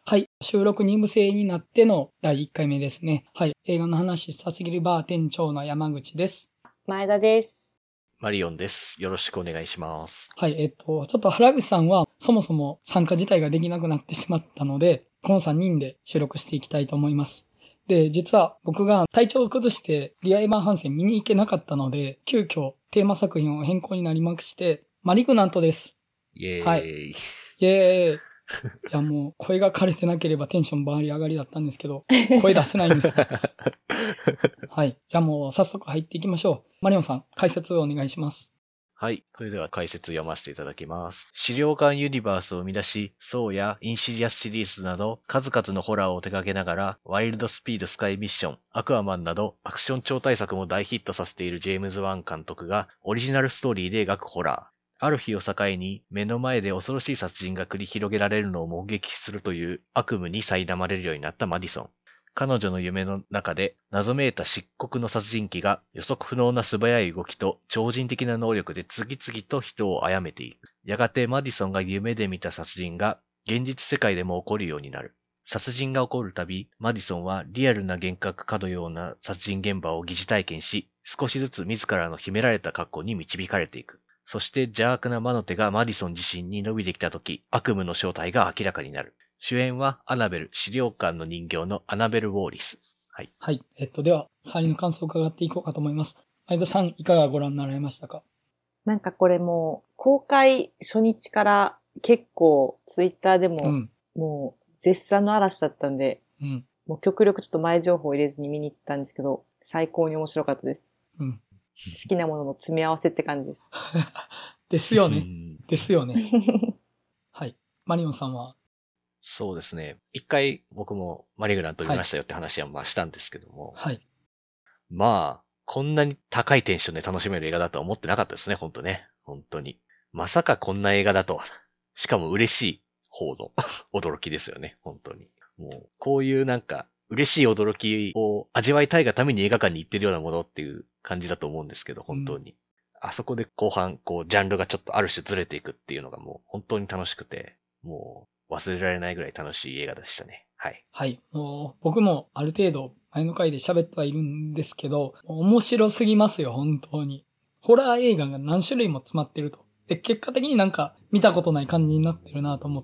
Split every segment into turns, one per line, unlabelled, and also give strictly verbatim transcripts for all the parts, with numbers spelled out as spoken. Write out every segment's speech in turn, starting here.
はい。収録に部制になってのだいいっかいめですね。はい。映画の話さすぎるバー店長の山口です。
前田です。
マリオンです。よろしくお願いします。
はい。えっと、ちょっと原口さんはそもそも参加自体ができなくなってしまったので、このさんにんで収録していきたいと思います。で、実は僕が体調を崩してリアエヴァンハンセン見に行けなかったので、急遽テーマ作品を変更になりまして、マリグナントです。
イエーイ。
はい。イエーイ。いやもう声が枯れてなければテンションバリ上がりだったんですけど、声出せないんですよ。はい。じゃあもう早速入っていきましょう。マリオンさん、解説をお願いします。
はい。それでは解説読ませていただきます。資料館ユニバースを生み出し、ソーやインシディアスシリーズなど数々のホラーを手掛けながら、ワイルドスピードスカイミッション、アクアマンなどアクション超大作も大ヒットさせているジェームズ・ワン監督がオリジナルストーリーで描くホラー。ある日を境に目の前で恐ろしい殺人が繰り広げられるのを目撃するという悪夢に苛まれるようになったマディソン。彼女の夢の中で謎めいた漆黒の殺人鬼が予測不能な素早い動きと超人的な能力で次々と人を殺めていく。やがてマディソンが夢で見た殺人が現実世界でも起こるようになる。殺人が起こるたび、マディソンはリアルな幻覚かのような殺人現場を疑似体験し、少しずつ自らの秘められた過去に導かれていく。そして邪悪な魔の手がマディソン自身に伸びてきたとき、悪夢の正体が明らかになる。主演はアナベル、資料館の人形のアナベル・ウォーリス。はい。
はい。えっと、では、さんにんの感想を伺っていこうかと思います。相田さん、いかがご覧になられましたか？
なんかこれもう、公開初日から結構ツイッターでも、うん、もう絶賛の嵐だったんで、うん、もう極力ちょっと前情報を入れずに見に行ったんですけど、最高に面白かったです。うん、好きなものの詰め合わせって感じです。
ですよね。ですよね。はい。マリオンさんは？
そうですね。一回僕もマリグナント見ましたよって話はまあしたんですけども。
はい。
まあ、こんなに高いテンションで楽しめる映画だとは思ってなかったですね、本当ね。本当に。まさかこんな映画だとは。しかも嬉しい方の驚きですよね、本当に。もう、こういうなんか、嬉しい驚きを味わいたいがために映画館に行ってるようなものっていう感じだと思うんですけど、本当に。うん、あそこで後半、こう、ジャンルがちょっとある種ずれていくっていうのがもう本当に楽しくて、もう、忘れられないぐらい楽しい映画でしたね。はい。
はい。もう僕もある程度前の回で喋ってはいるんですけど、面白すぎますよ、本当に。ホラー映画が何種類も詰まってると。で、結果的になんか見たことない感じになってるなと思って、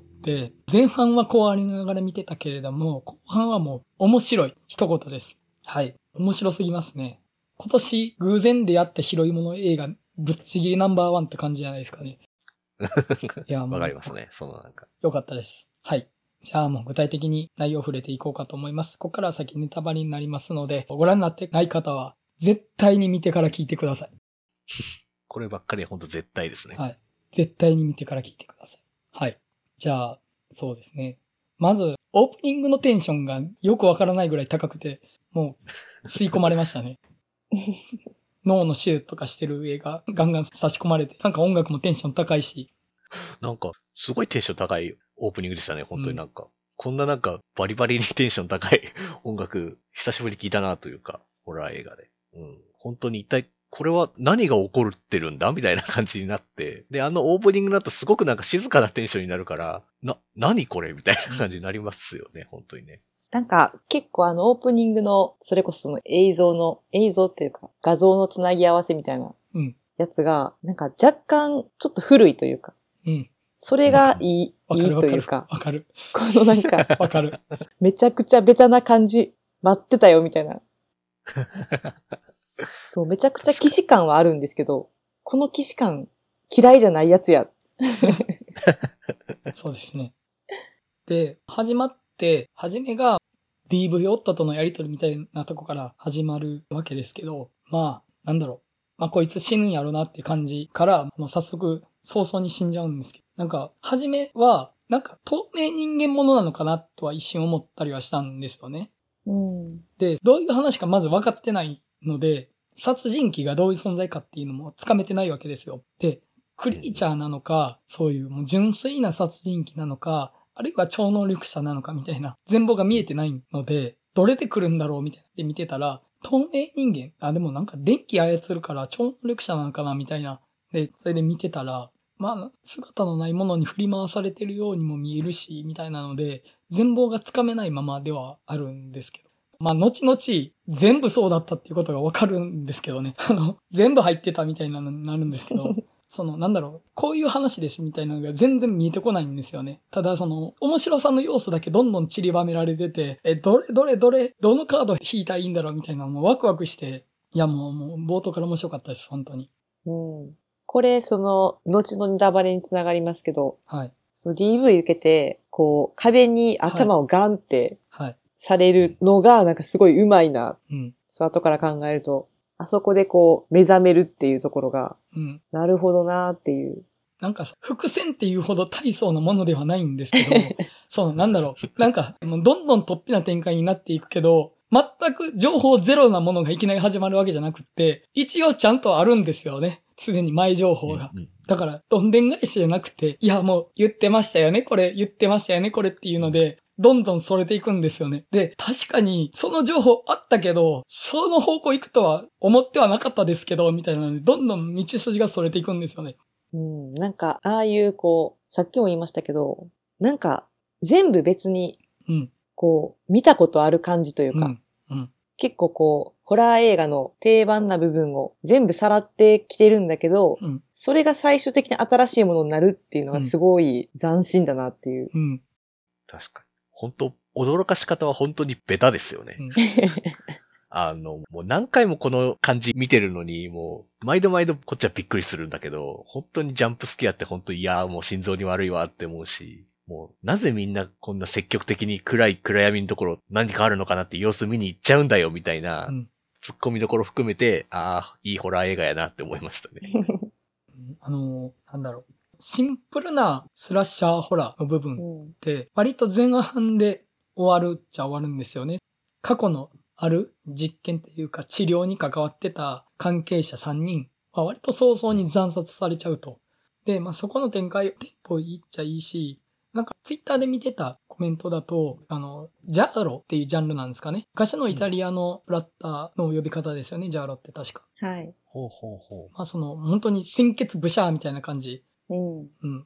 前半はこうありながら見てたけれども、後半はもう面白い一言です。はい。面白すぎますね。今年偶然出会った広いもの映画、ぶっちぎりナンバーワンって感じじゃないですかね。
いや、もう。わかりますね。そのなんか。
よかったです。はい。じゃあもう具体的に内容を触れていこうかと思います。ここからは先ネタバレになりますので、ご覧になってない方は絶対に見てから聞いてください。
こればっかりは本当絶対ですね。
はい。絶対に見てから聞いてください。はい。じゃあ、そうですね。まず、オープニングのテンションがよくわからないぐらい高くて、もう吸い込まれましたね。脳の手術とかしてる上がガンガン差し込まれて、なんか音楽もテンション高いし。
なんか、すごいテンション高いオープニングでしたね、本当になんか。うん、こんななんか、バリバリにテンション高い音楽、久しぶりに聞いたなというか、ホラー映画で。うん。本当に一体、これは何が起こってるんだみたいな感じになって。で、あのオープニングだとすごくなんか静かなテンションになるから、な、何これみたいな感じになりますよね、うん、本当にね。
なんか、結構あのオープニングの、それこそその映像の、映像というか、画像のつなぎ合わせみたいな、やつが、なんか若干、ちょっと古いというか、うん。それがいい、いいというか。
わかる。
このなんか、
わかる。
めちゃくちゃベタな感じ、待ってたよ、みたいな。そう、めちゃくちゃ既視感はあるんですけど、この既視感、嫌いじゃないやつや。
そうですね。で、始まって、初めが ディーブイ 夫とのやりとりみたいなとこから始まるわけですけど、まあ、なんだろう。まあ、こいつ死ぬんやろなって感じから、もう早速、早々に死んじゃうんですけど、なんか、初めは、なんか、透明人間ものなのかなとは一瞬思ったりはしたんですよね。うん、で、どういう話かまず分かってないので、殺人鬼がどういう存在かっていうのもつかめてないわけですよ。で、クリーチャーなのか、そういうもう純粋な殺人鬼なのか、あるいは超能力者なのかみたいな、全貌が見えてないので、どれで来るんだろうみたいなで見てたら、透明人間、あ、でもなんか電気操るから超能力者なのかなみたいな。で、それで見てたら、 まあ、姿のないものに振り回されてるようにも見えるし、みたいなので、全貌がつかめないままではあるんですけど。まあ、後々、全部そうだったっていうことがわかるんですけどね。あの、全部入ってたみたいなのになるんですけど、その、なんだろう、こういう話ですみたいなのが全然見えてこないんですよね。ただ、その、面白さの要素だけどんどん散りばめられてて、え、どれどれどれ、どのカード引いたらいいんだろうみたいな、もうワクワクして、いやもう、もう、冒頭から面白かったです、本当に。
うん。これ、その、後のネタバレにつながりますけど、
はい。
その ディーブイ 受けて、こう、壁に頭をガンって、
はい。
されるのが、なんかすごい上手いな。
うん。
そう、後から考えると、あそこでこう、目覚めるっていうところが、
うん。
なるほどなーっていう。
なんか、伏線っていうほど大層なものではないんですけど、そう、なんだろう。なんか、もうどんどん突飛な展開になっていくけど、全く情報ゼロなものがいきなり始まるわけじゃなくって、一応ちゃんとあるんですよね。すでに前情報が。
うんうん、
だから、どんでん返しじゃなくて、いやもう言ってましたよね、これ、言ってましたよね、これっていうので、どんどんそれていくんですよね。で、確かに、その情報あったけど、その方向行くとは思ってはなかったですけど、みたいなので、どんどん道筋がそれていくんですよね。
うん、なんか、ああいうこう、さっきも言いましたけど、なんか、全部別に、
うん。
こう、見たことある感じというか、
うん。うん。
結構こう、ホラー映画の定番な部分を全部さらってきてるんだけど、
うん。
それが最終的に新しいものになるっていうのはすごい斬新だなっていう。
うん。
確かに。本当驚かし方は本当にベタですよね。
うん、
あの、もう何回もこの感じ見てるのに、もう、毎度毎度こっちはびっくりするんだけど、本当にジャンプスケアって本当に、いやーもう心臓に悪いわって思うし、もう、なぜみんなこんな積極的に暗い暗闇のところ何かあるのかなって様子見に行っちゃうんだよみたいな、うん、ツッコミどころ含めて、ああ、いいホラー映画やなって思いましたね。
あの、なんだろう。シンプルなスラッシャーホラーの部分って、割と前半で終わるっちゃ終わるんですよね。過去のある実験というか治療に関わってた関係者さんにんは割と早々に惨殺されちゃうと。で、まあ、そこの展開、テンポいいっちゃいいし、なんかツイッターで見てたコメントだと、あの、ジャーロっていうジャンルなんですかね。昔のイタリアのフラッターの呼び方ですよね、ジャーロって確か。
はい。
ほうほうほう。
まあその、本当に鮮血ブシャーみたいな感じ。
うん。
うん。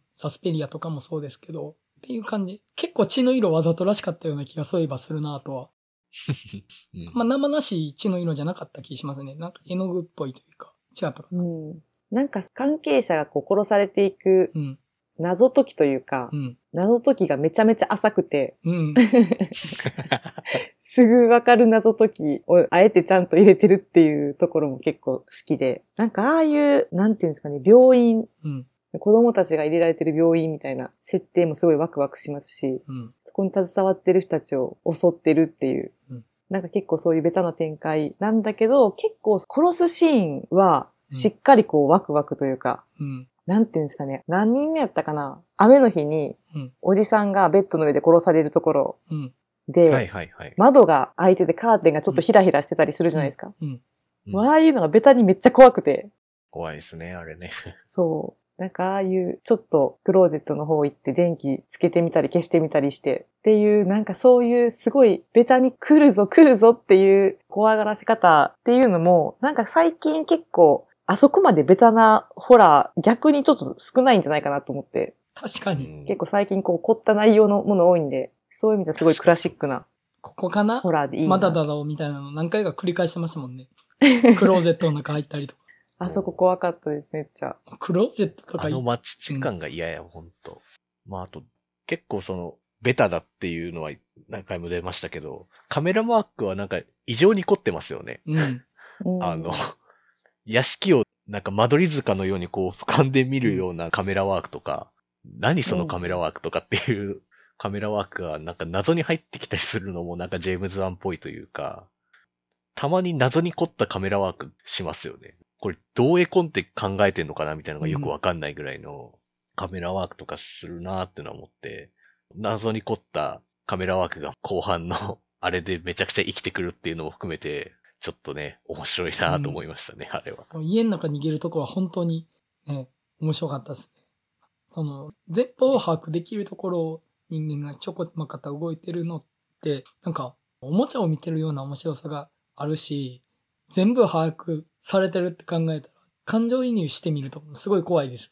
サスペリアとかもそうですけど、っていう感じ。結構血の色わざとらしかったような気がそういえばするなとは。うん、まあ生なし血の色じゃなかった気しますね。なんか絵の具っぽいというか。違ったかな。
うん。なんか関係者がこう殺されていく謎解きというか、うん、謎解きがめちゃめちゃ浅くて、うん、すぐわかる謎解きをあえてちゃんと入れてるっていうところも結構好きで、なんかああいう、なんていうんですかね、病院、うん、子供たちが入れられてる病院みたいな設定もすごいワクワクしますし、うん、そこに携わってる人たちを襲ってるっていう、うん、なんか結構そういうベタな展開なんだけど、結構殺すシーンはしっかりこうワクワクというか、うん、なんていうんですかね、何人目やったかな、雨の日におじさんがベッドの上で殺されるところで、うんはいはいはい、窓が開いててカーテンがちょっとヒラヒラしてたりするじゃないですか。うんうん、ああいうのがベタにめっちゃ怖くて。
怖いですね、あれね。
そう。なんかああいうちょっとクローゼットの方行って電気つけてみたり消してみたりしてっていうなんかそういうすごいベタに来るぞ来るぞっていう怖がらせ方っていうのもなんか最近結構あそこまでベタなホラー逆にちょっと少ないんじゃないかなと思って。
確かに。
結構最近こう凝った内容のもの多いんでそういう意味ではすごいクラシックな
ここかな
ホラーでいいな。
まだだろうみたいなの何回か繰り返してましたもんね。クローゼットの中入ったりとか。
あそこ怖かったです、めっちゃ。
クローゼットとか
あの待ち時間が嫌や、うん、ほんと。まあ、あと、結構その、ベタだっていうのは何回も出ましたけど、カメラワークはなんか異常に凝ってますよね。うん。あの、屋敷をなんか間取り塚のようにこう俯瞰で見るようなカメラワークとか、うん、何そのカメラワークとかっていうカメラワークがなんか謎に入ってきたりするのもなんかジェームズ・ワンっぽいというか、たまに謎に凝ったカメラワークしますよね。これどう絵コンって考えてんのかなみたいなのがよくわかんないぐらいのカメラワークとかするなーってのは思って、謎に凝ったカメラワークが後半のあれでめちゃくちゃ生きてくるっていうのも含めて、ちょっとね、面白いなと思いましたね、うん、あれは。
家の中に逃げるとこは本当にね、面白かったですね。その、前方を把握できるところを人間がちょこまかた動いてるのって、なんか、おもちゃを見てるような面白さがあるし、全部把握されてるって考えたら、感情移入してみるとすごい怖いです。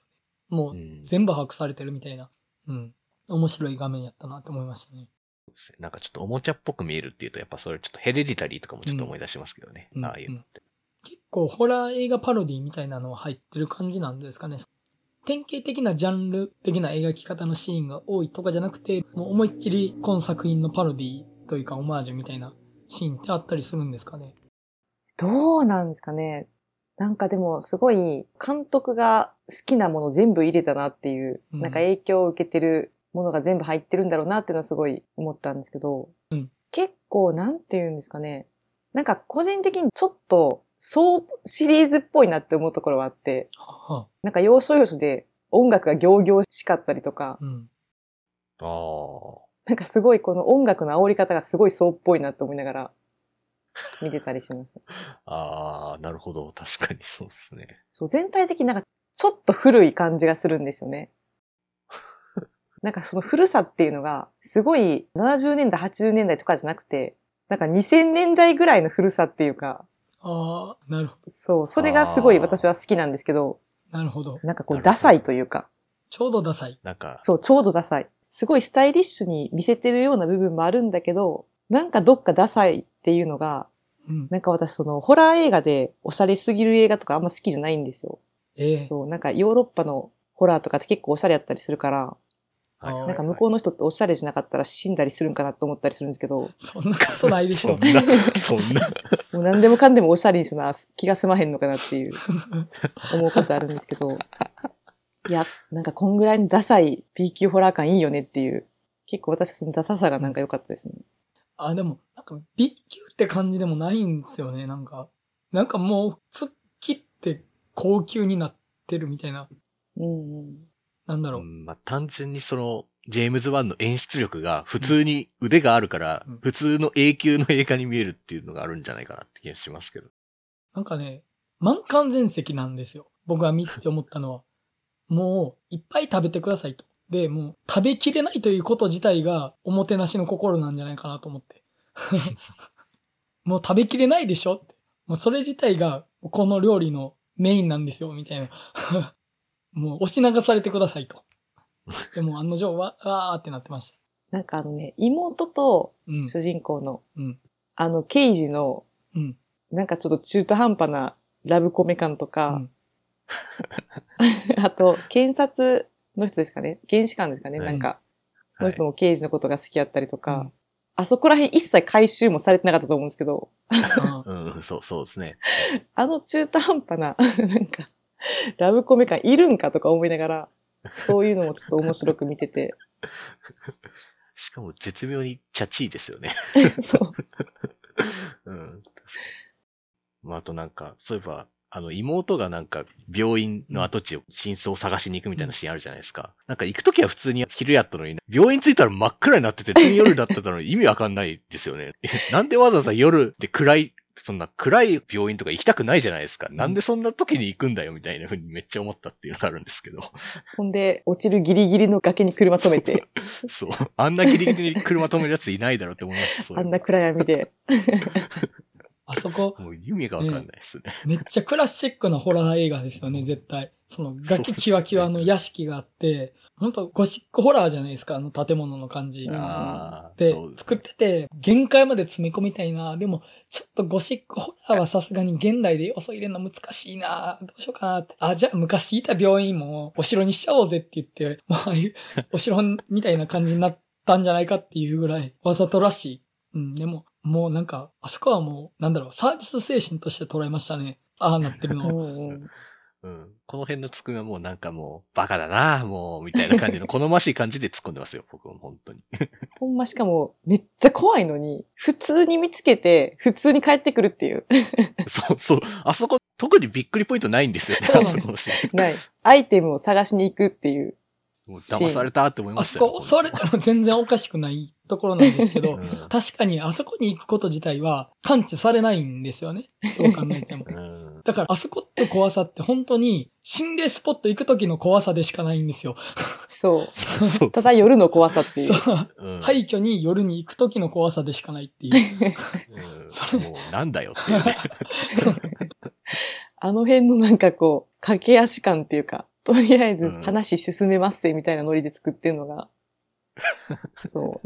もう全部把握されてるみたいな、うん。面白い画面やったなって思いましたね。
なんかちょっとおもちゃっぽく見えるっていうと、やっぱそれちょっとヘレディタリーとかもちょっと思い出しますけどね。うん、ああいうのって、
うん。結構ホラー映画パロディみたいなのは入ってる感じなんですかね。典型的なジャンル的な描き方のシーンが多いとかじゃなくて、もう思いっきりこの作品のパロディというかオマージュみたいなシーンってあったりするんですかね。
どうなんですかね。なんかでもすごい監督が好きなもの全部入れたなっていう、うん、なんか影響を受けてるものが全部入ってるんだろうなっていうのはすごい思ったんですけど、うん、結構なんて言うんですかね。なんか個人的にちょっとソープシリーズっぽいなって思うところはあって、はあ、なんか要所要所で音楽が仰々しかったりとか、うん、
あ
なんかすごいこの音楽の煽り方がすごいソープっぽいなって思いながら見てたりしました。
ああ、なるほど。確かにそうですね。
そう、全体的になんかちょっと古い感じがするんですよね。なんかその古さっていうのが、すごいななじゅうねんだい、はちじゅうねんだいとかじゃなくて、なんかにせんねんだいぐらいの古さっていうか。
ああ、なるほど。
そう、それがすごい私は好きなんですけど。
なるほど。
なんかこう、ダサいというか。
ちょうどダサい。
なんか。
そう、ちょうどダサい。すごいスタイリッシュに見せてるような部分もあるんだけど、なんかどっかダサいっていうのが、うん、なんか私そのホラー映画でおしゃれすぎる映画とかあんま好きじゃないんですよ。ええー。そう、なんかヨーロッパのホラーとかって結構おしゃれやったりするから、なんか向こうの人っておしゃれじゃなかったら死んだりするんかなと思ったりするんですけど。
そんなことないでしょ。
そんな、そんな。
もう何でもかんでもおしゃれにするのは気が済まへんのかなっていう思うことあるんですけど。いや、なんかこんぐらいのダサい B 級ホラー感いいよねっていう。結構私はそのダサさがなんか良かったですね。
あ、でも、なんか B 級って感じでもないんですよね、なんか。なんかもう、突っ切って高級になってるみたいな。
うんうん。
なんだろう。
うん、まあ、単純にその、ジェームズ・ワンの演出力が普通に腕があるから、うん、普通の A 級の映画に見えるっていうのがあるんじゃないかなって気がしますけど。
なんかね、満貫全席なんですよ。僕が見て思ったのは。もう、いっぱい食べてくださいと。で、もう、食べきれないということ自体が、おもてなしの心なんじゃないかなと思って。もう食べきれないでしょって。もうそれ自体が、この料理のメインなんですよ、みたいな。もう押し流されてくださいと。でも案の定は、あーってなってました。
なんかあのね、妹と主人公の、うん、あの、刑事の、うん、なんかちょっと中途半端なラブコメ感とか、うん、あと、検察の人ですかね、検視官ですかね、はい、なんか、その人も刑事のことが好きやったりとか、はい、あそこら辺一切回収もされてなかったと思うんですけど。
うん、そう、そうですね。
あの中途半端な、なんか、ラブコメ感いるんかとか思いながら、そういうのもちょっと面白く見てて。
しかも絶妙にチャチーですよね。
そう。
うん、確かに。まあ、あとなんか、そういえば、あの、妹がなんか、病院の跡地を、真相を探しに行くみたいなシーンあるじゃないですか。なんか行くときは普通に昼やったのに、病院着いたら真っ暗になってて、普通に夜だったのに意味わかんないですよね。なんでわざわざ夜って暗い、そんな暗い病院とか行きたくないじゃないですか。なんでそんな時に行くんだよみたいな風にめっちゃ思ったっていうのがあるんですけど。
ほんで、落ちるギリギリの崖に車止めて。
そう。あんなギリギリに車止めるやついないだろうって思いました。
あんな暗闇で。
あそこ。
もう意味がわかんないですね、
ね。めっちゃクラシックなホラー映画ですよね、絶対。その崖キワキワの屋敷があって、ほんとゴシックホラーじゃないですか、あの建物の感じ。
あ
で、でね、作ってて、限界まで詰め込みたいな。でも、ちょっとゴシックホラーはさすがに現代で要素入れるの難しいな。どうしようかなって。あ、じゃあ昔いた病院もお城にしちゃおうぜって言って、まあ、ああいうお城みたいな感じになったんじゃないかっていうぐらいわざとらしい。うん、でも、もうなんか、あそこはもう、なんだろう、サービス精神として捉えましたね。ああなってるの。
うんうん、この辺のツッコミはもうなんかもう、バカだな、もう、みたいな感じの、好ましい感じで突っ込んでますよ、僕は本当に。
ほんましかも、めっちゃ怖いのに、普通に見つけて、普通に帰ってくるっていう。
そうそう。あそこ、特にびっくりポイントないんですよね。
そうなんです。
ない。アイテムを探しに行くっていう。
もう騙されたって思いました
よ。あそこ、それでも全然おかしくないところなんですけど、うん、確かにあそこに行くこと自体は感知されないんですよね。どう考えても。うん、だからあそこって怖さって本当に心霊スポット行く時の怖さでしかないんですよ。
そう。ただ夜の怖さっていう。
そう。うん、廃墟に夜に行く時の怖さでしかないっていう。
うん、それもうなんだよっていうね。
あの辺のなんかこう、駆け足感っていうか、 とりあえず話進めますせみたいなノリで作ってるのが、うん、そう。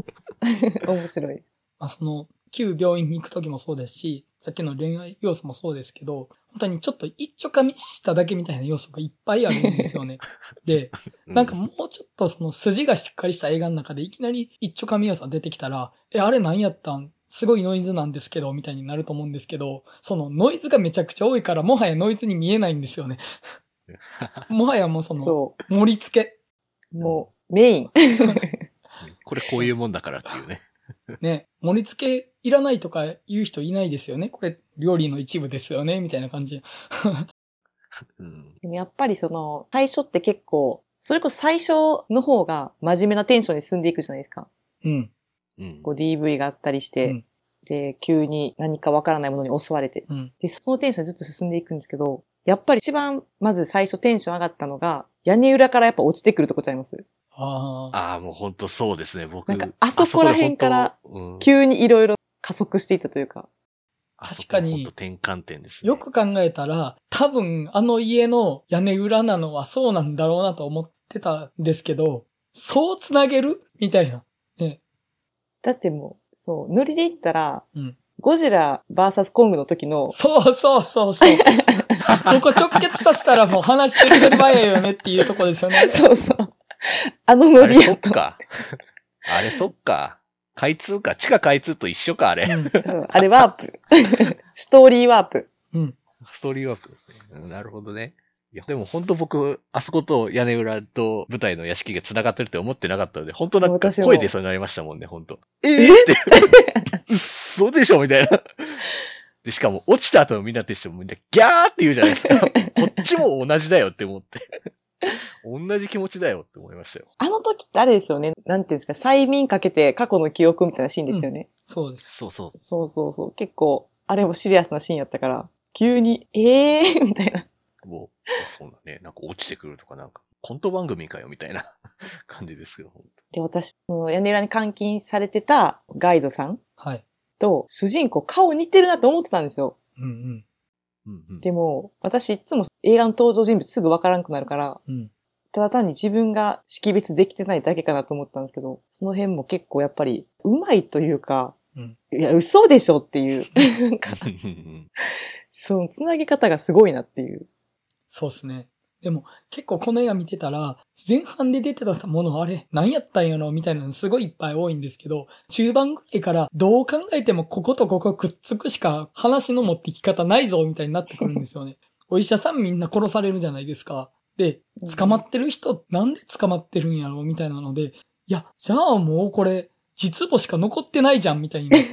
面白い。
まあ、その、旧病院に行くときもそうですし、さっきの恋愛要素もそうですけど、本当にちょっと一丁噛みしただけみたいな要素がいっぱいあるんですよね。で、なんかもうちょっとその筋がしっかりした映画の中でいきなり一丁噛み要素が出てきたら、え、あれ何やったんすごいノイズなんですけど、みたいになると思うんですけど、そのノイズがめちゃくちゃ多いから、もはやノイズに見えないんですよね。もはやもうその、そ盛り付け。
もう、メイン。
これこういうもんだからっていうね。
ね、盛り付けいらないとか言う人いないですよね。これ料理の一部ですよね、みたいな感じ。
うん、でもやっぱりその、最初って結構、それこそ最初の方が真面目なテンションに進んでいくじゃないですか。うん。こう ディーブイ があったりして、うん、で、急に何かわからないものに襲われて、うん、で、そのテンションずっと進んでいくんですけど、やっぱり一番、まず最初テンション上がったのが、屋根裏からやっぱ落ちてくるとこちゃいます。
ああ、もう本当そうですね、僕。
なんか、あそこら辺から、急にいろいろ加速していったというか。
確かに、
転換点ですね。
よく考えたら、多分あの家の屋根裏なのはそうなんだろうなと思ってたんですけど、そうつなげるみたいな。ね。
だってもう、そう、ノリで言ったら、うん、ゴジラ ブイエス コングの時の。
そうそうそうそう。ここ直結させたらもう話してくれる場合やよねっていうとこですよね。
そうそう。あのノリやと。
あれそっか。あれそっか。開通か。地下開通と一緒か、あれ。うん、
あれワープ。ストーリーワープ。
うん。ストーリーワープですね。うん、なるほどね。いや、でも本当僕、あそこと屋根裏と舞台の屋敷が繋がってるって思ってなかったので、本当なんか声出そうになりましたもんね、本当えー、って。そうでしょみたいな。で、しかも落ちた後のみんなと一緒みんなギャーって言うじゃないですか。こっちも同じだよって思って。同じ気持ちだよって思いましたよ。
あの時ってあれですよね。なんていうんですか、催眠かけて過去の記憶みたいなシーンでしたよね。
うん、そうです。
そうそう。
そうそうそう。結構、あれもシリアスなシーンやったから、急に、ええー、みたいな。
もう、そうだね。なんか落ちてくるとかなんか、コント番組かよみたいな感じですけど。
で、私、その屋根裏に監禁されてたガイドさん
はい。
と、主人公顔似てるなと思ってたんですよ。
うんうん。
うんうん、でも、私いつも映画の登場人物すぐわからんくなるから、うん、ただ単に自分が識別できてないだけかなと思ったんですけど、その辺も結構やっぱり、うまいというか、うん、いや、嘘でしょっていう。なんかそのつなぎ方がすごいなっていう。
そうですね。でも結構この映画見てたら、前半で出てたものあれ何やったんやろみたいなのすごいいっぱい多いんですけど、中盤ぐらいからどう考えてもこことここくっつくしか話の持ってき方ないぞみたいになってくるんですよね。お医者さんみんな殺されるじゃないですか。で、捕まってる人なんで捕まってるんやろみたいなので、いや、じゃあもうこれ実母しか残ってないじゃんみたいになって。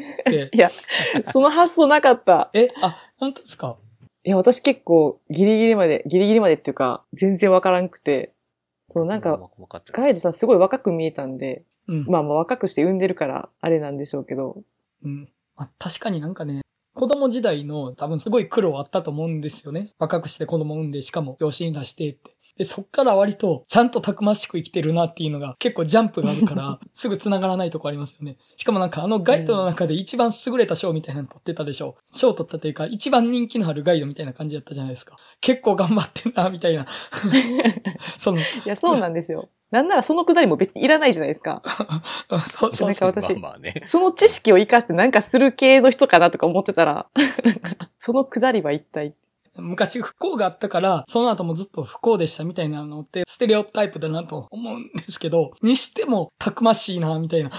いや、その発想なかった。
え、あ、本当ですか？
いや、私結構ギリギリまで、ギリギリまでっていうか、全然わからんくて、そう、なんか、ガイドさんすごい若く見えたんで、うん、まあまあ若くして産んでるから、あれなんでしょうけど。
うん。まあ、確かになんかね、子供時代の多分すごい苦労あったと思うんですよね。若くして子供産んで、しかも養子に出してって。で、そっから割とちゃんとたくましく生きてるなっていうのが結構ジャンプがあるから、すぐ繋がらないとこありますよね。しかもなんかあのガイドの中で一番優れた賞みたいなの取ってたでしょ。賞取ったというか、一番人気のあるガイドみたいな感じだったじゃないですか。結構頑張ってんな、みたいな。
その。いや、そうなんですよ。なんならそのくだりも別にいらないじゃないですか。
そうそうそう。
なんか私、
まあまあね、
その知識を活かしてなんかする系の人かなとか思ってたら、そのくだりは一体。
昔不幸があったから、その後もずっと不幸でしたみたいなのってステレオタイプだなと思うんですけど、にしてもたくましいな、みたいな。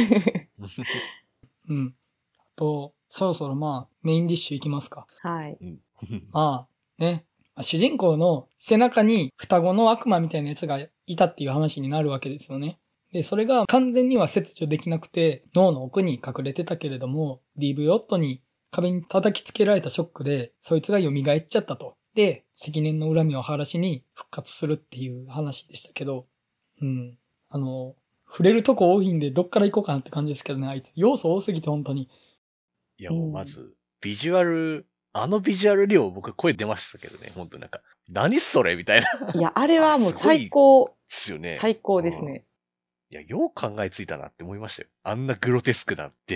うん。あと、そろそろまあ、メインディッシュいきますか。
はい。
まあ、ね。主人公の背中に双子の悪魔みたいなやつがいたっていう話になるわけですよね。で、それが完全には切除できなくて、脳の奥に隠れてたけれども、ディーブイ 夫に壁に叩きつけられたショックで、そいつが蘇っちゃったと。で、積年の恨みを晴らしに復活するっていう話でしたけど、うん。あの、触れるとこ多いんで、どっから行こうかなって感じですけどね、あいつ。要素多すぎて本当に。
いや、もうまず、ビジュアル、あのビジュアル量僕声出ましたけどね、本当なんか、何それみたいな。
いや、あれはもう最高。
ですよね。
最高ですね。
うん、いや、よう考えついたなって思いましたよ。あんなグロテスクなデザイン。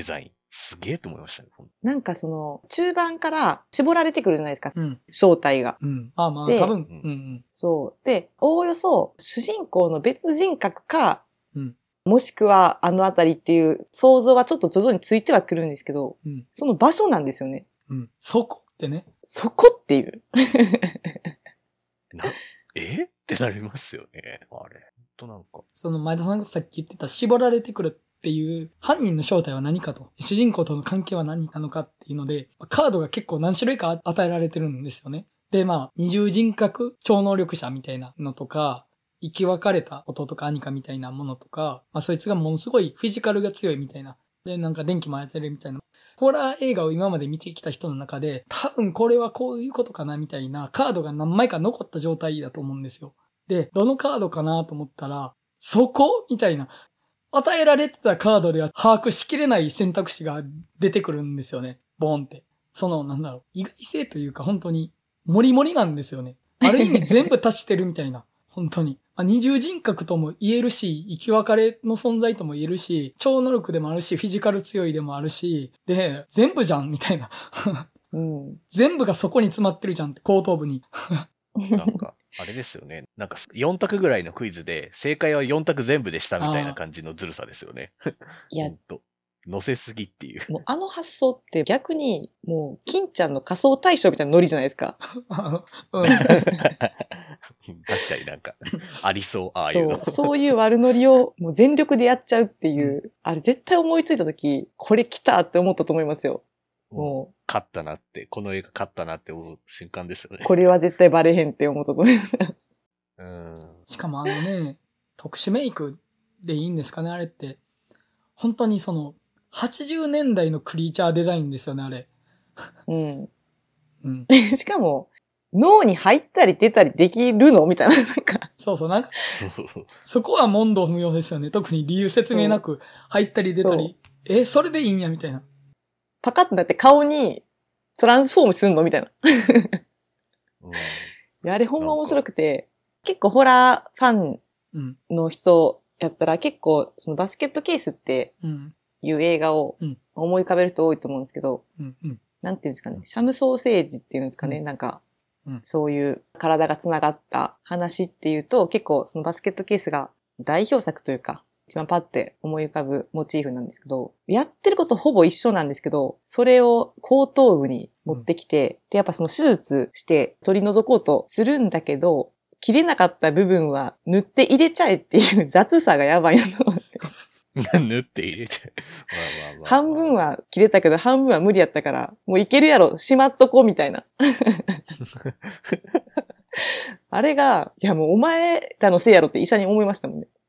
すげえと思いましたね。
なんかその、中盤から絞られてくるじゃないですか。
うん、
正体が。
うん。あ、まあ、多分、うん、うん。
そう。で、おおよそ、主人公の別人格か、
うん、
もしくはあのあたりっていう想像はちょっと徐々についてはくるんですけど、うん、その場所なんですよね。
うん。そこってね。
そこっていう。
な、えってなりますよね。あれ。ほんとなんか。
その前田さんがさっき言ってた絞られてくるっていう犯人の正体は何かと、主人公との関係は何なのかっていうので、カードが結構何種類か与えられてるんですよね。で、まあ、二重人格、超能力者みたいなのとか、生き別れた弟か兄かみたいなものとか、まあそいつがものすごいフィジカルが強いみたいな。で、なんか電気も操れるみたいな。ホラー映画を今まで見てきた人の中で、多分これはこういうことかなみたいなカードが何枚か残った状態だと思うんですよ。で、どのカードかなと思ったら、そこみたいな。与えられてたカードでは把握しきれない選択肢が出てくるんですよね。ボーンって。その、なんだろう。意外性というか本当に、モリモリなんですよね。ある意味全部足してるみたいな。本当に。二重人格とも言えるし、生き別れの存在とも言えるし、超能力でもあるし、フィジカル強いでもあるし、で、全部じゃんみたいな。うん、全部がそこに詰まってるじゃんって、後頭部に。
なんか、あれですよね。なんかよん択ぐらいのクイズで、正解はよん択全部でしたみたいな感じのずるさですよね。いや、ほんと。乗せすぎっていう。
もうあの発想って逆に、もう、金ちゃんの仮想対象みたいなノリじゃないですか。
うん、確かになんか、ありそう、ああいうの。
そう、そういう悪ノリをもう全力でやっちゃうっていう、うん、あれ絶対思いついたとき、これ来たって思ったと思いますよ。
もう、勝ったなって、この映画勝ったなって思う瞬間ですよね。
これは絶対バレへんって思ったと思います。
うん。しかもあのね、特殊メイクでいいんですかね、あれって。本当にその、はちじゅうねんだいのクリーチャーデザインですよね、あれ。
うん。うん。しかも、脳に入ったり出たりできるのみたいな、なんか。
そうそう、なんか、そこは問答無用ですよね。特に理由説明なく、入ったり出たり、え、それでいいんや、みたいな。
パカッとなって顔にトランスフォームすんのみたいな。うん、いや、あれほんま面白くて、結構ホラーファンの人やったら結構そのバスケットケースっていう映画を思い浮かべる人多いと思うんですけど、うんうん、なんていうんですかね、シャムソーセージっていうんですかね、うん、なんか、そういう体がつながった話っていうと結構そのバスケットケースが代表作というか、一番パッて思い浮かぶモチーフなんですけど、やってることほぼ一緒なんですけど、それを後頭部に持ってきて、うん、で、やっぱその手術して取り除こうとするんだけど、切れなかった部分は塗って入れちゃえっていう雑さがやばいなと思って。
塗って入れちゃえ。
まあまあまあまあ、半分は切れたけど半分は無理やったから、もういけるやろ、しまっとこうみたいな。あれが、いやもうお前らのせいやろって医者に思いましたもんね。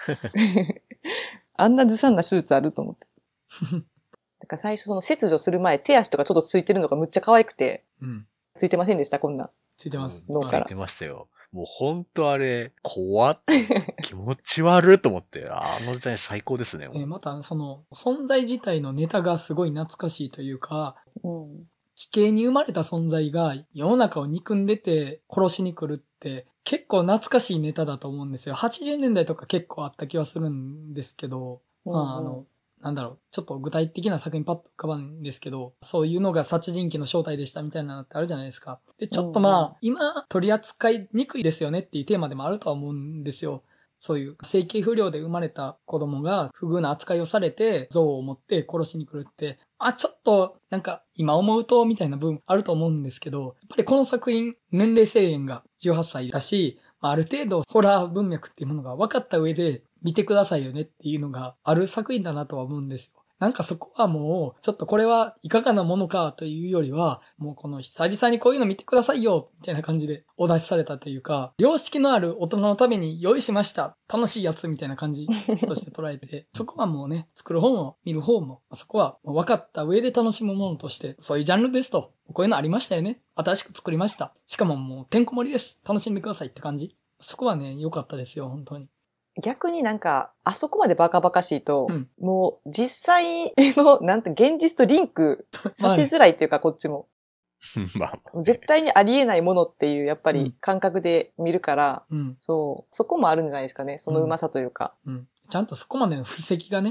あんなずさんな手術あると思って。だから最初その切除する前、手足とかちょっとついてるのがむっちゃ可愛くて、うん、ついてませんでしたこんな。
ついてます。
脳から。ついてましたよ。もうほんとあれ、怖っ。気持ち悪いと思って、あのデザイン最高ですね。
えー、またその存在自体のネタがすごい懐かしいというか、うん、奇形に生まれた存在が世の中を憎んでて殺しに来るって結構懐かしいネタだと思うんですよ。はちじゅうねんだいとか結構あった気はするんですけど、うんうん、まああの、なんだろう、ちょっと具体的な作品パッと浮かばんですけど、そういうのが殺人鬼の正体でしたみたいなのってあるじゃないですか。で、ちょっとまあ、うんうん、今取り扱いにくいですよねっていうテーマでもあるとは思うんですよ。そういう整形不良で生まれた子供が不遇な扱いをされて像を持って殺しに来るって、あ、ちょっとなんか今思うとみたいな部分あると思うんですけど、やっぱりこの作品年齢制限がじゅうはっさいだし、ある程度ホラー文脈っていうものが分かった上で見てくださいよねっていうのがある作品だなとは思うんですよ。なんかそこはもう、ちょっとこれはいかがなものかというよりは、もうこの久々にこういうの見てくださいよみたいな感じでお出しされたというか、良識のある大人のために用意しました。楽しいやつみたいな感じとして捉えて、そこはもうね、作る方も見る方も、そこはもう分かった上で楽しむものとして、そういうジャンルですと。こういうのありましたよね。新しく作りました。しかももうてんこ盛りです。楽しんでくださいって感じ。そこはね、良かったですよ、本当に。
逆になんか、あそこまでバカバカしいと、うん、もう実際の、なんて、現実とリンクさせづらいっていうか、こっちも。まあまあ、絶対にありえないものっていう、やっぱり感覚で見るから、うん、そう、そこもあるんじゃないですかね。そのうまさというか。
うんうん、ちゃんとそこまでの布石がね、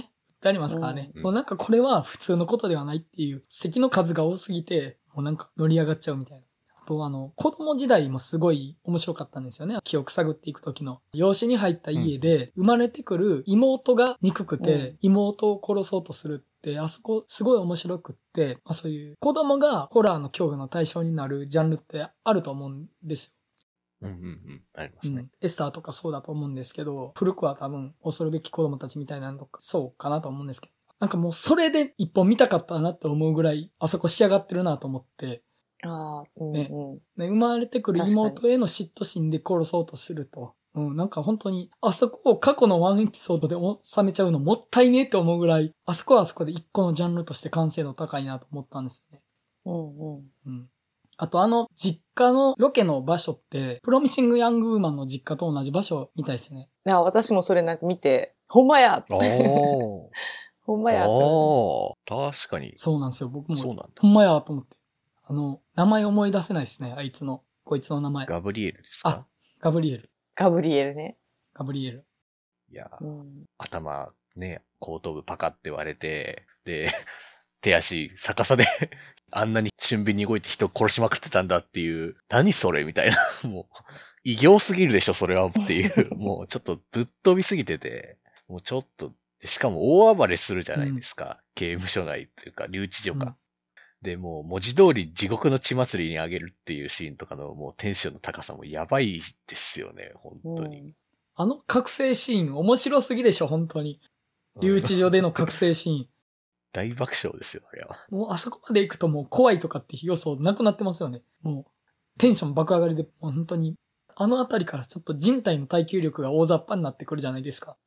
ありますからね。
うん
もうなんかこれは普通のことではないっていう、席の数が多すぎて、もうなんか乗り上がっちゃうみたいな。あとあの、子供時代もすごい面白かったんですよね。記憶探っていくときの。養子に入った家で生まれてくる妹が憎くて、うん、妹を殺そうとするって、あそこすごい面白くって、まあそういう子供がホラーの恐怖の対象になるジャンルってあると思うんですよ。
うんうんうん。ありますね、うん。
エスターとかそうだと思うんですけど、古くは多分恐るべき子供たちみたいなのとかそうかなと思うんですけど。なんかもうそれで一本見たかったなって思うぐらい、あそこ仕上がってるなと思って。
ああ、うんうん、
ね。ね、生まれてくる妹への嫉妬心で殺そうとすると。うん、なんか本当に、あそこを過去のワンエピソードで収めちゃうのもったいねえって思うぐらい、あそこはあそこで一個のジャンルとして完成度高いなと思ったんですよね。
うんうん。
うん。あとあの、実家のロケの場所って、プロミシングヤングウーマンの実家と同じ場所みたいですね。
いや、私もそれなんか見て、ほんまや
おー。
ほんまや
おー。確かに。
そうなんですよ。僕も。
そうなんだ。
ほんまやと思って。あの、名前思い出せないですね。あいつの。こいつの名前。
ガブリエルですか？
あ、ガブリエル。
ガブリエルね。
ガブリエル。
いや、
うん、
頭ね、後頭部パカって割れて、で、手足逆さであんなに俊敏に動いて人を殺しまくってたんだっていう、何それみたいな。もう、異形すぎるでしょ、それはっていう。もうちょっとぶっ飛びすぎてて、もうちょっと、しかも大暴れするじゃないですか。うん、刑務所内っていうか、留置所か。うん、で、もう文字通り地獄の血祭りにあげるっていうシーンとかのもうテンションの高さもやばいですよね、本当に。うん、
あの覚醒シーン面白すぎでしょ、本当に。留置所での覚醒シーン。
大爆笑ですよ、あれは。
もうあそこまで行くともう怖いとかって要素なくなってますよね。もうテンション爆上がりで、もう本当に、あのあたりからちょっと人体の耐久力が大雑把になってくるじゃないですか。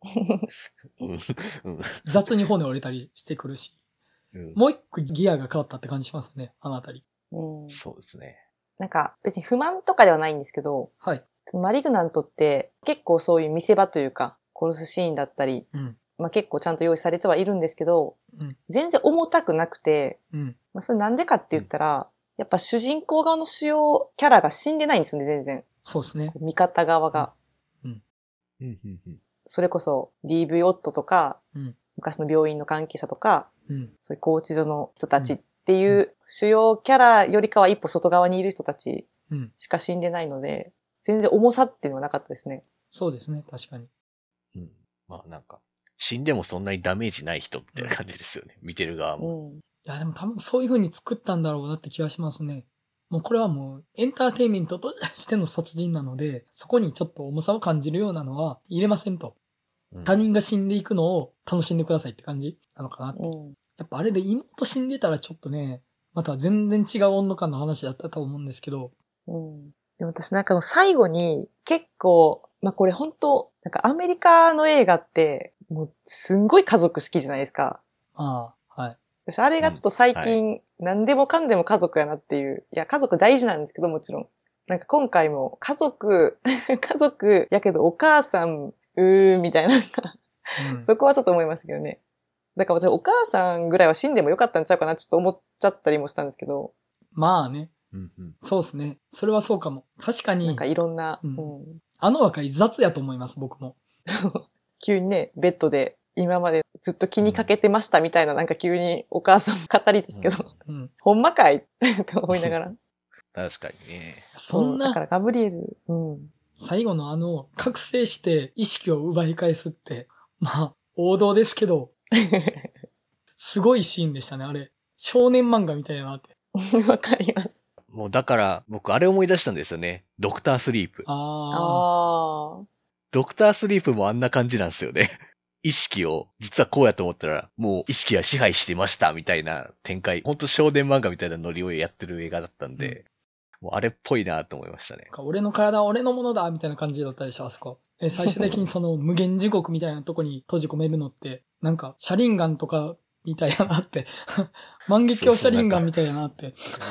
雑に骨折れたりしてくるし。うん、もう一個ギアが変わったって感じしますね、あのあたり。
うん、
そうですね。
なんか別に不満とかではないんですけど、
はい。
マリグナントって結構そういう見せ場というか、殺すシーンだったり、うん、まあ結構ちゃんと用意されてはいるんですけど、うん、全然重たくなくて、うんまあ、それなんでかって言ったら、うん、やっぱ主人公側の主要キャラが死んでないんですよね、全然。
そうですね。
味方側が。
うん。
うん。
それこそ ディーブイ 夫とか、うん、昔の病院の関係者とか、うん、そういう拘置所の人たちっていう主要キャラよりかは一歩外側にいる人たちしか死んでないので、全然重さっていうのはなかったですね。
そうですね、確かに。
うん。まあなんか、死んでもそんなにダメージない人って感じですよね。うん、見てる側も。
うん、いやでも多分そういう風に作ったんだろうなって気がしますね。もうこれはもうエンターテインメントとしての殺人なので、そこにちょっと重さを感じるようなのは入れませんと。うん、他人が死んでいくのを楽しんでくださいって感じなのかなって。うん、やっぱあれで妹死んでたらちょっとね、また全然違う温度感の話だったと思うんですけど。
うん、でも私なんか最後に結構、まあこれ本当なんかアメリカの映画ってもうすんごい家族好きじゃないですか。
ああ、はい。
私あれがちょっと最近、うんはい、何でもかんでも家族やなっていう。いや家族大事なんですけどもちろん。なんか今回も家族、家族やけどお母さん、うーみたいな、うん、そこはちょっと思いましたけどね。だから私お母さんぐらいは死んでもよかったんちゃうかなちょっと思っちゃったりもしたんですけど。
まあね。うんうん、そうですね。それはそうかも。確かに。
なんかいろんな。
うんうん、あの若い雑やと思います、僕も。
急にね、ベッドで今までずっと気にかけてましたみたいな、うん、なんか急にお母さん語りですけど、うんうん、ほんまかいって思いながら。
確かにね。
そんな。
だからガブリエル、うん。
最後のあの、覚醒して意識を奪い返すって、まあ、王道ですけど、すごいシーンでしたね、あれ。少年漫画みたいなって。
わかります。
もうだから、僕あれ思い出したんですよね。ドクタースリープ。
あ
あ。
ドクタースリープもあんな感じなんですよね。意識を、実はこうやと思ったら、もう意識は支配してました、みたいな展開。ほんと少年漫画みたいなノリをやってる映画だったんで、うん、もうあれっぽいなと思いましたね。
俺の体は俺のものだみたいな感じだったでしょ、あそこ。え、最終的にその無限地獄みたいなとこに閉じ込めるのって、なんか、シャリンガンとかみたいやなって。万華鏡シャリンガンみたいやなって。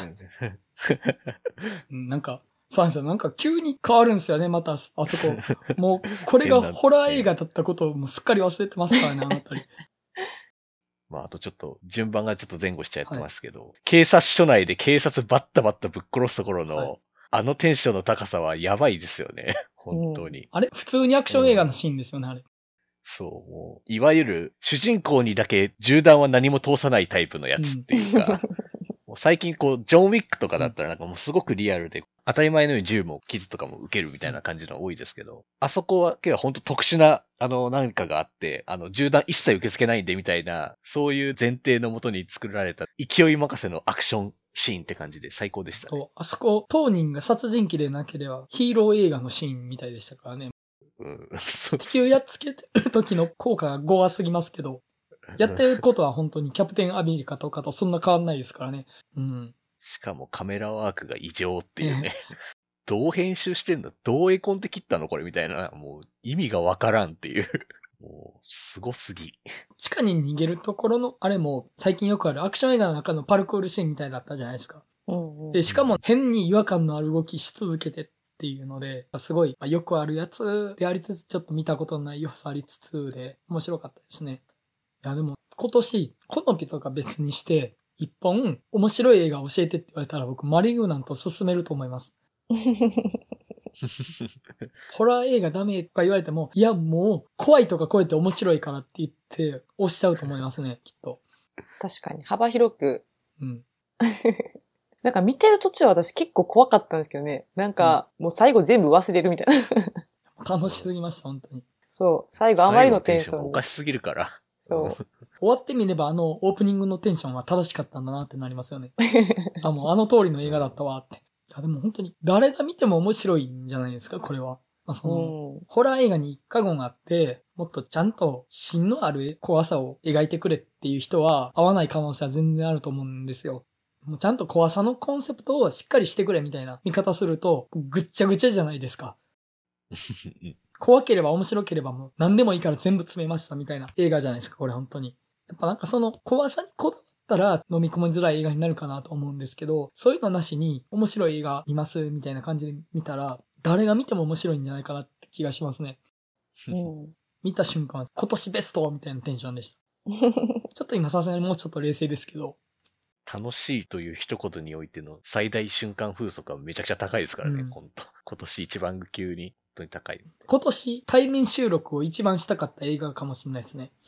うん、なんか、そうなんですよ。なんか急に変わるんですよね、また、あそこ。もう、これがホラー映画だったことをもうすっかり忘れてますからね、あのあたり。
まあ、あとちょっと、順番がちょっと前後しちゃってますけど、はい、警察署内で警察バッタバッタぶっ殺すところの、はい、あのテンションの高さはやばいですよね。本当に。
うん、あれ普通にアクション映画のシーンですよね、うん、あれ。
そう、もう、いわゆる主人公にだけ銃弾は何も通さないタイプのやつっていうか、うん、もう最近こう、ジョン・ウィックとかだったらなんかもうすごくリアルで、当たり前のように銃も傷とかも受けるみたいな感じの多いですけど、あそこは、けど本当特殊な、あの、何かがあって、あの、銃弾一切受け付けないんでみたいな、そういう前提のもとに作られた勢い任せのアクションシーンって感じで最高でしたね。
そう、あそこ、当人が殺人鬼でなければヒーロー映画のシーンみたいでしたからね。うん、敵をやっつけてる時の効果がゴアすぎますけど、やってることは本当にキャプテンアメリカとかとそんな変わんないですからね。うん。
しかもカメラワークが異常っていうね。どう編集してんの？どう絵コンテ切ったのこれみたいな。もう意味がわからんっていう。もう、すごすぎ。
地下に逃げるところのあれも最近よくあるアクション映画の中のパルクールシーンみたいだったじゃないですか。うんうん、で、しかも変に違和感のある動きし続けてっていうので、すごい、まあ、よくあるやつでありつつ、ちょっと見たことのない要素ありつつで、面白かったですね。いや、でも、今年、好みとか別にして、一本、面白い映画教えてって言われたら僕、マリグナント勧めると思います。ホラー映画ダメとか言われても、いや、もう、怖いとか超えて面白いからって言って、押しちゃうと思いますね、きっと。
確かに、幅広く。
うん。
なんか見てる途中は私結構怖かったんですけどね。なんか、もう最後全部忘れるみたいな。
楽しすぎました、本当に。
そう。最後あまりのテンション。
おかしすぎるから。
そう。
終わってみればあのオープニングのテンションは正しかったんだなってなりますよね。あ、もうあの通りの映画だったわって。いやでも本当に誰が見ても面白いんじゃないですか、これは。まあ、その、うん、ホラー映画に一過言があって、もっとちゃんと芯のある怖さを描いてくれっていう人は合わない可能性は全然あると思うんですよ。もうちゃんと怖さのコンセプトをしっかりしてくれみたいな見方するとぐっちゃぐちゃじゃないですか。怖ければ面白ければもう何でもいいから全部詰めましたみたいな映画じゃないですか、これ本当に。やっぱなんかその怖さにこだわったら飲み込みづらい映画になるかなと思うんですけど、そういうのなしに面白い映画見ますみたいな感じで見たら、誰が見ても面白いんじゃないかなって気がしますね。うん、見た瞬間、今年ベストみたいなテンションでした。ちょっと今さすがにもうちょっと冷静ですけど。
楽しいという一言においての最大瞬間風速はめちゃくちゃ高いですからね、うん、本当今年一番級に本当に高い。
今年対面収録を一番したかった映画かもしれないですね。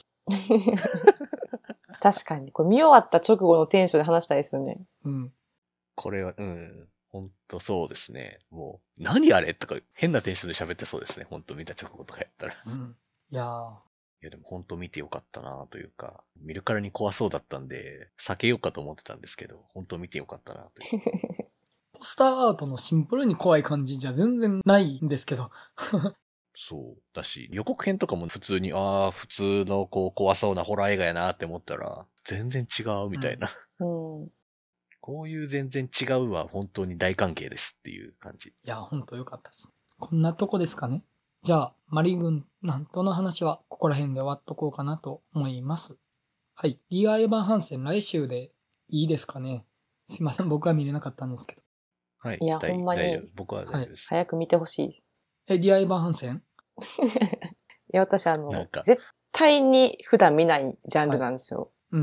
確かに。これ見終わった直後のテンションで話したいですよね。
うん。
これは、うん。本当そうですね。もう、何あれとか変なテンションで喋ってそうですね。本当見た直後とかやったら。
うん。いやー。
いやでも本当見てよかったなというか、見るからに怖そうだったんで、避けようかと思ってたんですけど、本当見てよかったなという。
ポスターアートのシンプルに怖い感じじゃ全然ないんですけど。
そうだし、予告編とかも普通に、ああ、普通のこう怖そうなホラー映画やなって思ったら、全然違うみたいな。うんうん、こういう全然違うは本当に大関係ですっていう感じ。い
や、本当よかったです。こんなとこですかね。じゃあ、マリグナントの話はここら辺で終わっとこうかなと思います。はい。ディア・エヴァン・ハンセン来週でいいですかね。すいません、僕は見れなかったんですけど。
はい。
いや、ほんまに。
僕は大丈夫です。
はい、早く見てほしい。
え、ディア・エヴァン・ハンセン
いや、私あの、絶対に普段見ないジャンルなんですよ。はい、
うんうん。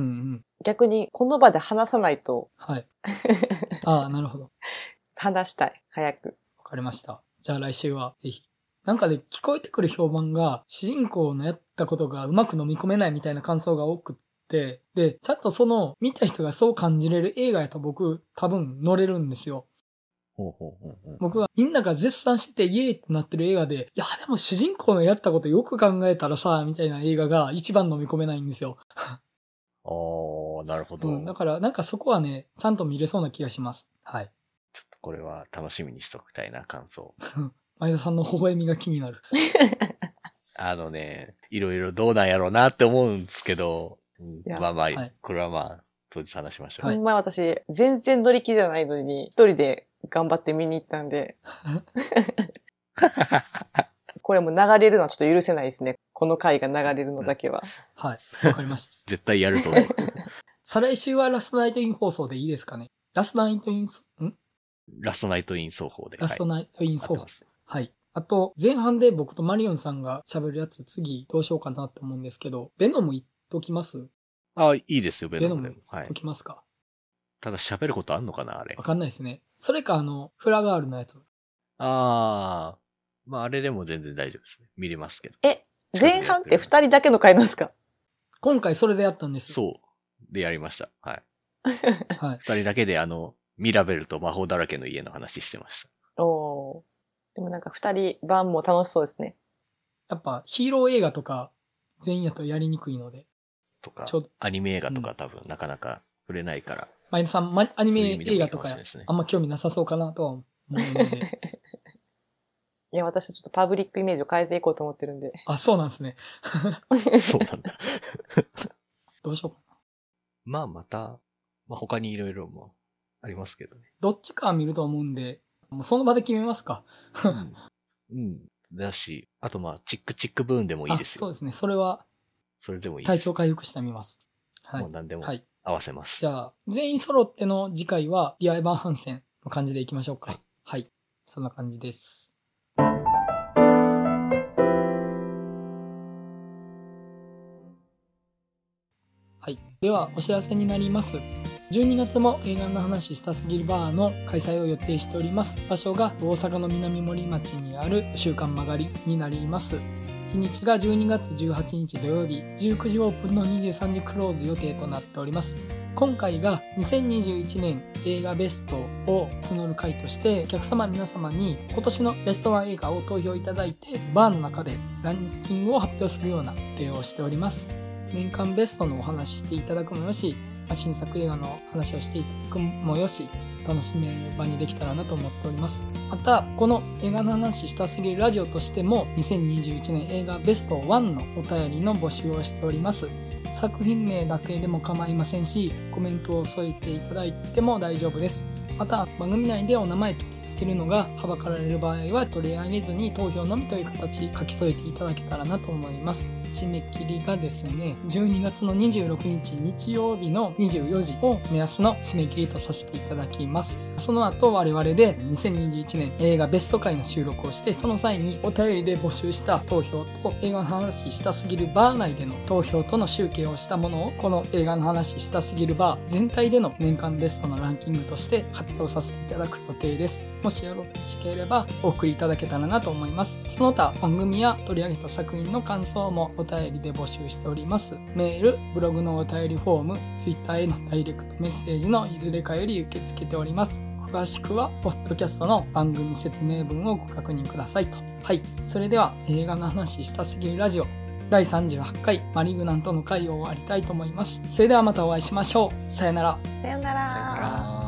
逆に、この場で話さないと。
はい。ああ、なるほど。
話したい。早く。
わかりました。じゃあ来週はぜひ。なんかで、ね、聞こえてくる評判が、主人公のやったことがうまく飲み込めないみたいな感想が多くって、で、ちゃんとその、見た人がそう感じれる映画やと僕、多分乗れるんですよ。
ほうほうほうほう
僕はみんなが絶賛してイエーイってなってる映画で、いやでも主人公のやったことよく考えたらさ、みたいな映画が一番飲み込めないんですよ。
ああ、なるほど、
うん。だからなんかそこはね、ちゃんと見れそうな気がします。はい。
ちょっとこれは楽しみにしときたいな、感想。
前田さんの微笑みが気になる。
あのね、いろいろどうなんやろうなって思うんですけど、まあまあ、はい、これはまあ、当日話しましょう。
ほんま私、全然乗り気じゃないのに、一人で頑張って見に行ったんで。これも流れるのはちょっと許せないですね。この回が流れるのだけは。
はい。わかりました。
絶対やると思う。
再来週はラストナイトイン放送でいいですかね。ラストナイトイン、ん
ラストナイトイン奏法で。
ラストナイトイン奏法。はい。あと、前半で僕とマリオンさんが喋るやつ、次どうしようかなって思うんですけど、ベノム言っときます？
ああ、いいですよ、ベノム。
ベノム言っときますか。はい、
ただ喋ることあんのかな、あれ。
わかんないですね。それか、あの、フラガールのやつ。
ああ、まああれでも全然大丈夫ですね。見れますけど。
え、 前半ってふたりだけの回なんですか？
今回それでやったんです。
そう。でやりました。はい。
はい。
ふたりだけであの、ミラベルと魔法だらけの家の話してました。
おー。でもなんかふたりばんも楽しそうですね。
やっぱヒーロー映画とか全員やとやりにくいので。
とか、アニメ映画とか多分なかなか触れないから。
前田さん、アニメ映画とかあんま興味なさそうかなとは思うので。
いや、私はちょっとパブリックイメージを変えていこうと思ってるんで。
あ、そうなんですね。
そうなんだ。
どうしようかな。
まあまた、まあ他にいろいろもありますけどね。
どっちか見ると思うんで、もうその場で決めますか。
うん。うん。だし、あとまあ、チックチックブーンでもいいですよ。
そうですね。それは、
それでもいいです。
体調回復してみます。
はい。もう何でも合わせます。
はい、じゃあ、全員揃っての次回は、ディアイバンハンセンの感じでいきましょうか。はい。はい。そんな感じです。はい。では、お知らせになります。じゅうにがつも映画の話したすぎるバーの開催を予定しております。場所が大阪の南森町にある週刊曲がりになります。日にちがじゅうにがつじゅうはちにち土曜日、じゅうくじオープンのにじゅうさんじクローズ予定となっております。今回がにせんにじゅういちねん映画ベストを募る会として、お客様皆様に今年のベストワン映画を投票いただいて、バーの中でランキングを発表するような予定をしております。年間ベストのお話ししていただくもよし、新作映画の話をしていただくもよし、楽しめる場にできたらなと思っております。また、この映画の話したすぎるラジオとしても、にせんにじゅういちねん映画ベストワンのお便りの募集をしております。作品名だけでも構いませんし、コメントを添えていただいても大丈夫です。また、番組内でお名前とてるのがはばかられる場合は取り上げずに投票のみという形書き添えていただけたらなと思います。締め切りがですね、じゅうにがつのにじゅうろくにち日曜日のにじゅうよじを目安の締め切りとさせていただきます。その後我々でにせんにじゅういちねん映画ベスト回の収録をして、その際にお便りで募集した投票と映画の話したすぎるバー内での投票との集計をしたものを、この映画の話したすぎるバー全体での年間ベストのランキングとして発表させていただく予定です。もしよろしければお送りいただけたらなと思います。その他番組や取り上げた作品の感想もお便りで募集しております。メール、ブログのお便りフォーム、ツイッターへのダイレクトメッセージのいずれかより受け付けております。詳しくはポッドキャストの番組説明文をご確認くださいと。はい、それでは映画の話したすぎるラジオだいさんじゅうはちかいマリグナントの回を終わりたいと思います。それではまたお会いしましょう。さよなら。
さよなら。